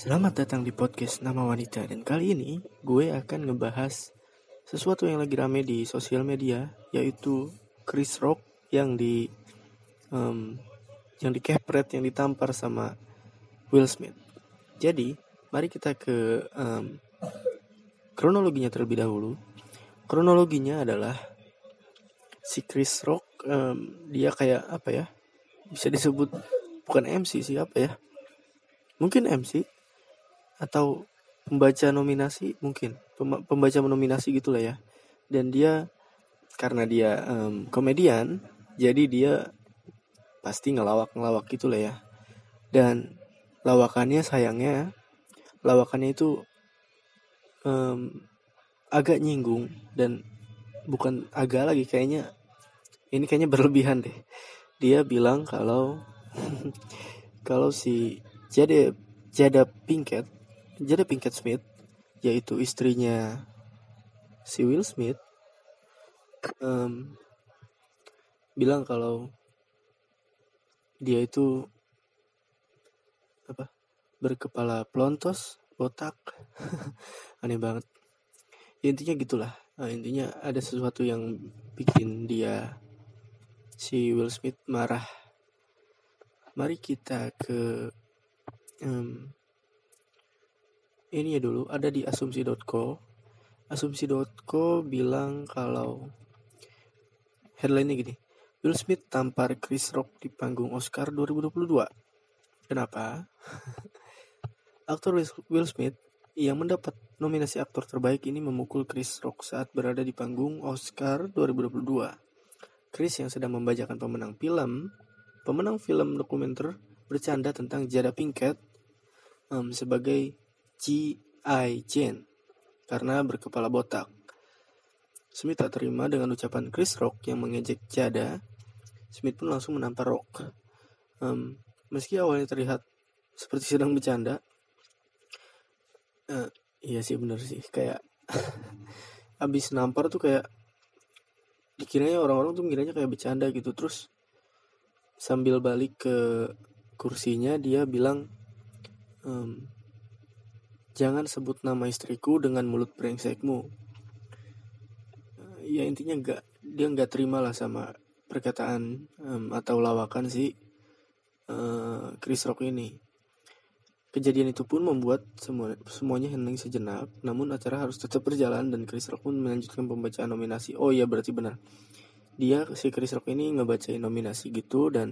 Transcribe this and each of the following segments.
Selamat datang di podcast Nama Wanita. Dan kali ini gue akan ngebahas sesuatu yang lagi rame di sosial media, yaitu Chris Rock yang dikepret, yang ditampar sama Will Smith. Jadi mari kita ke kronologinya terlebih dahulu. Kronologinya adalah si Chris Rock, dia kayak apa ya, bisa disebut bukan MC sih, apa ya, mungkin MC atau pembaca nominasi, mungkin pembaca nominasi gitulah ya. Dan dia karena dia komedian, jadi dia pasti ngelawak gitulah ya. Dan lawakannya itu agak nyinggung, dan bukan agak lagi, kayaknya berlebihan deh. Dia bilang kalau kalau si Jada Pinkett Smith, yaitu istrinya si Will Smith, bilang kalau dia itu berkepala plontos, botak. Aneh banget. Ya, intinya gitulah. Intinya ada sesuatu yang bikin si Will Smith marah. Mari kita ke ini ya dulu. Ada di asumsi.co. Asumsi.co bilang kalau headline-nya gini: Will Smith tampar Chris Rock di panggung Oscar 2022. Kenapa? Aktor Will Smith yang mendapat nominasi aktor terbaik ini memukul Chris Rock saat berada di panggung Oscar 2022. Chris yang sedang membacakan pemenang film dokumenter bercanda tentang Jada Pinkett sebagai G.I. Jane karena berkepala botak. Smith tak terima dengan ucapan Chris Rock yang mengejek Jada. Smith pun langsung menampar Rock. Meski awalnya terlihat seperti sedang bercanda, iya sih, bener sih, kayak abis nampar tuh kayak dikiranya orang-orang tuh ngiranya kayak bercanda gitu. Terus sambil balik ke kursinya dia bilang, jangan sebut nama istriku dengan mulut brengsekmu. Ya intinya dia nggak terima lah sama perkataan atau lawakan si Chris Rock ini. Kejadian itu pun membuat semuanya hening sejenak. Namun acara harus tetap berjalan dan Chris Rock pun melanjutkan pembacaan nominasi. Oh iya, berarti benar. Si Chris Rock ini ngebacain nominasi gitu. Dan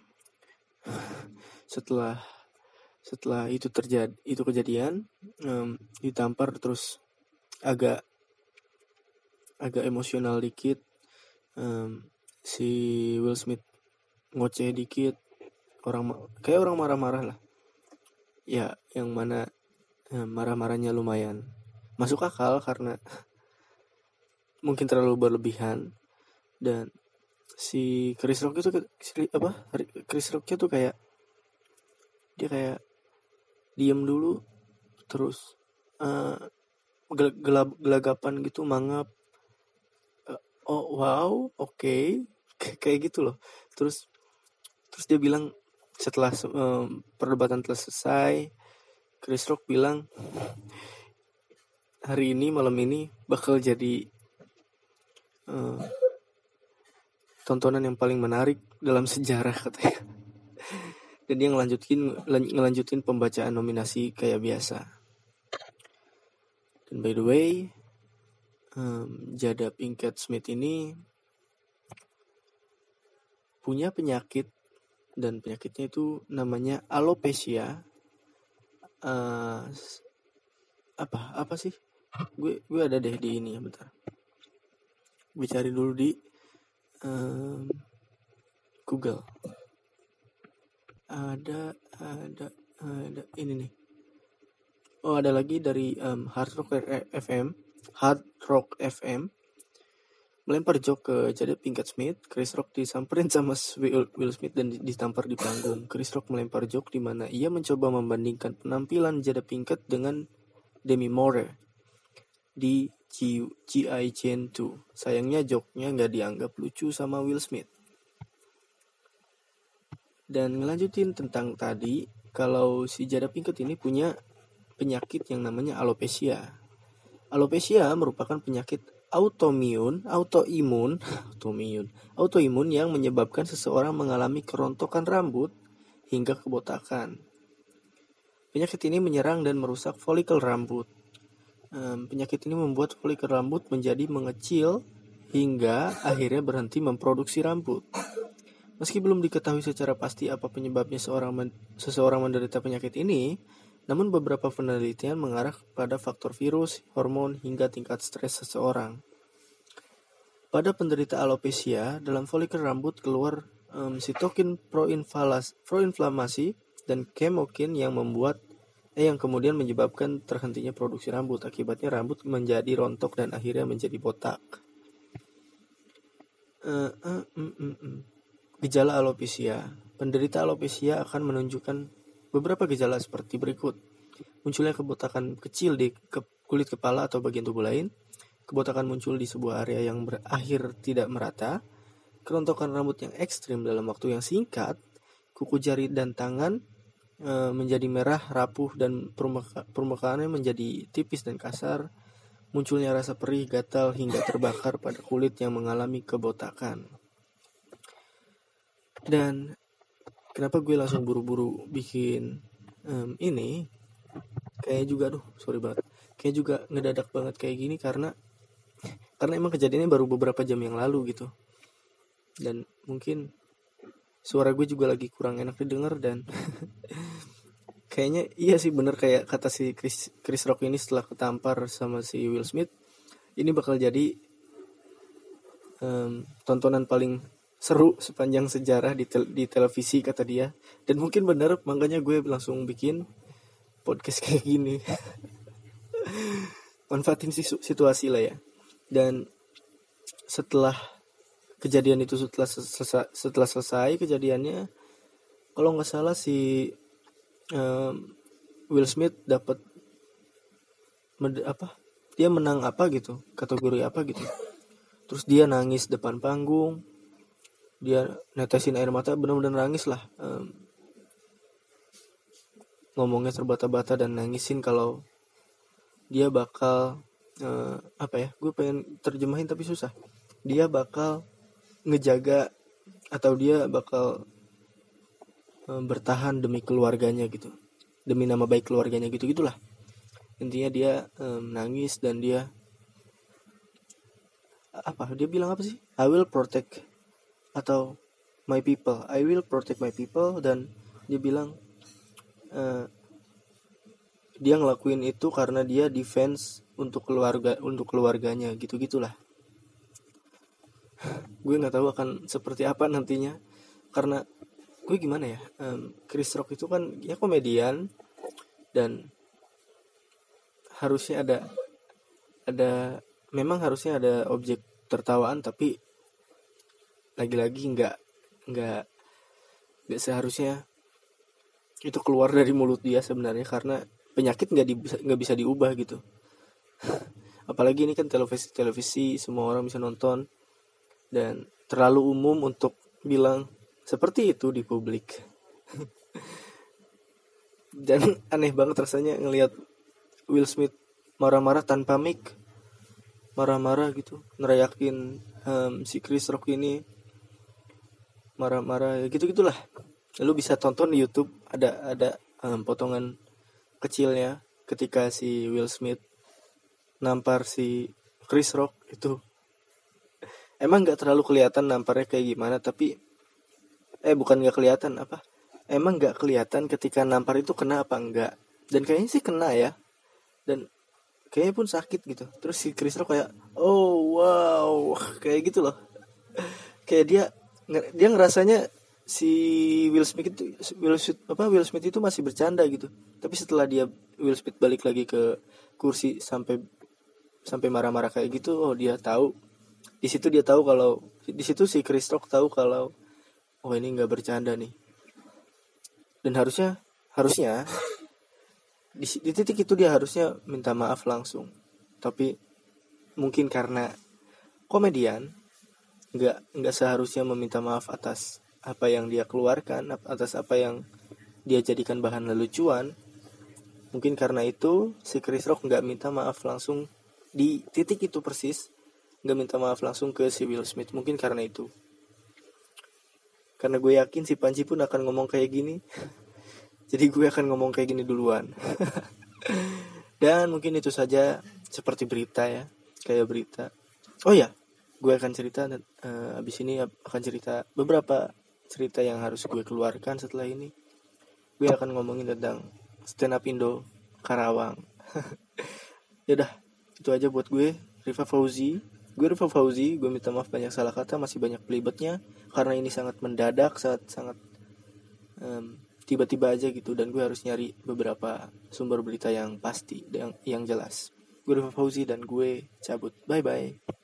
setelah itu kejadian, ditampar terus agak emosional dikit. Si Will Smith ngoceh dikit, kayak orang marah-marah lah. Ya, yang mana marah-marahnya lumayan masuk akal karena mungkin terlalu berlebihan. Dan si Chris Rock itu Chris Rocknya tuh kayak dia kayak diem dulu, terus gelagapan gitu, mangap. Oh wow, oke. Kayak gitu loh. Terus dia bilang, setelah perdebatan telah selesai, Chris Rock bilang, malam ini bakal jadi tontonan yang paling menarik dalam sejarah, katanya. Dan dia ngelanjutin pembacaan nominasi kayak biasa. Dan by the way, Jada Pinkett Smith ini punya penyakit, dan penyakitnya itu namanya alopecia. Apa sih? Gue ada deh di ini ya, bentar. Gue cari dulu di Google. Ada ini nih. Oh, ada lagi dari Hard Rock FM. Melempar joke ke Jada Pinkett Smith. Chris Rock disamperin sama Will Smith dan ditampar di panggung. Chris Rock melempar joke di mana ia mencoba membandingkan penampilan Jada Pinkett dengan Demi Moore di G.I. Jane 2. Sayangnya joke-nya nggak dianggap lucu sama Will Smith. Dan ngelanjutin tentang tadi, kalau si Jada Pinkett ini punya penyakit yang namanya alopecia. Alopecia merupakan penyakit autoimun yang menyebabkan seseorang mengalami kerontokan rambut hingga kebotakan. Penyakit ini menyerang dan merusak folikel rambut. Penyakit ini membuat folikel rambut menjadi mengecil hingga akhirnya berhenti memproduksi rambut. Meski belum diketahui secara pasti apa penyebabnya seseorang menderita penyakit ini, namun beberapa penelitian mengarah pada faktor virus, hormon, hingga tingkat stres seseorang. Pada penderita alopecia, dalam folikel rambut keluar sitokin proinflamasi dan kemokin yang kemudian menyebabkan terhentinya produksi rambut. Akibatnya rambut menjadi rontok dan akhirnya menjadi botak. Gejala alopecia. Penderita alopecia akan menunjukkan beberapa gejala seperti berikut. Munculnya kebotakan kecil di kulit kepala atau bagian tubuh lain. Kebotakan muncul di sebuah area yang berakhir tidak merata. Kerontokan rambut yang ekstrim dalam waktu yang singkat. Kuku jari dan tangan menjadi merah, rapuh, dan permukaannya menjadi tipis dan kasar. Munculnya rasa perih, gatal, hingga terbakar pada kulit yang mengalami kebotakan. Dan kenapa gue langsung buru-buru bikin ini? Kayak juga, sorry banget. Kayak juga ngedadak banget kayak gini karena emang kejadiannya baru beberapa jam yang lalu gitu. Dan mungkin suara gue juga lagi kurang enak didengar dan kayaknya iya sih bener kayak kata si Chris Rock ini setelah ketampar sama si Will Smith, ini bakal jadi tontonan paling seru sepanjang sejarah di televisi kata dia. Dan mungkin bener, makanya gue langsung bikin podcast kayak gini. Manfaatin situasi lah ya. Dan setelah kejadian itu, setelah selesai kejadiannya, kalau nggak salah si Will Smith dapat dia menang apa gitu, kategori apa gitu. Terus dia nangis depan panggung, dia netesin air mata, benar-benar nangis lah. Ngomongnya terbata-bata dan nangisin kalau dia bakal gue pengen terjemahin tapi susah. Dia bakal ngejaga atau dia bakal bertahan demi keluarganya gitu, demi nama baik keluarganya gitu-gitulah. Intinya dia nangis dan dia bilang apa sih? I will protect atau my people. I will protect my people. Dan dia bilang dia ngelakuin itu karena dia defense untuk keluarganya gitu-gitulah. Gue nggak tahu akan seperti apa nantinya karena gue gimana ya, Chris Rock itu kan ya komedian dan harusnya ada memang harusnya ada objek tertawaan, tapi lagi-lagi nggak seharusnya itu keluar dari mulut dia sebenarnya, karena penyakit nggak bisa diubah gitu. Apalagi ini kan televisi semua orang bisa nonton dan terlalu umum untuk bilang seperti itu di publik. Dan aneh banget rasanya ngelihat Will Smith marah-marah tanpa mic, marah-marah gitu, nerayakin si Chris Rock ini marah-marah ya gitu-gitulah. Lalu bisa tonton di YouTube, ada potongan kecilnya ketika si Will Smith nampar si Chris Rock itu. Emang nggak terlalu kelihatan namparnya kayak gimana, tapi bukan nggak kelihatan emang nggak kelihatan ketika nampar itu kena apa enggak. Dan kayaknya sih kena ya, dan kayaknya pun sakit gitu. Terus si Chris Rock kayak oh wow kayak gitu loh, kayak dia ngerasanya si Will Smith itu masih bercanda gitu. Tapi setelah Will Smith balik lagi ke kursi sampai marah-marah kayak gitu, dia tahu. Di situ si Chris Rock tahu kalau ini nggak bercanda nih. Dan harusnya di titik itu dia harusnya minta maaf langsung. Tapi mungkin karena komedian nggak seharusnya meminta maaf atas apa yang dia keluarkan, atas apa yang dia jadikan bahan lelucuan. Mungkin karena itu si Chris Rock nggak minta maaf langsung di titik itu persis, nggak minta maaf langsung ke si Will Smith. Mungkin karena itu. Karena gue yakin si Panji pun akan ngomong kayak gini. Jadi gue akan ngomong kayak gini duluan. Dan mungkin itu saja, seperti berita ya, kayak berita. Oh ya, gue akan cerita abis ini akan cerita beberapa cerita yang harus gue keluarkan setelah ini. Gue akan ngomongin tentang stand up Indo Karawang. Yaudah, itu aja buat gue, Rifa Fauzi. Gue Rifa Fauzi, gue minta maaf banyak salah kata, masih banyak belibetnya karena ini sangat mendadak, sangat tiba-tiba aja gitu, dan gue harus nyari beberapa sumber berita yang pasti, yang jelas. Gue Rifa Fauzi dan gue cabut. Bye bye.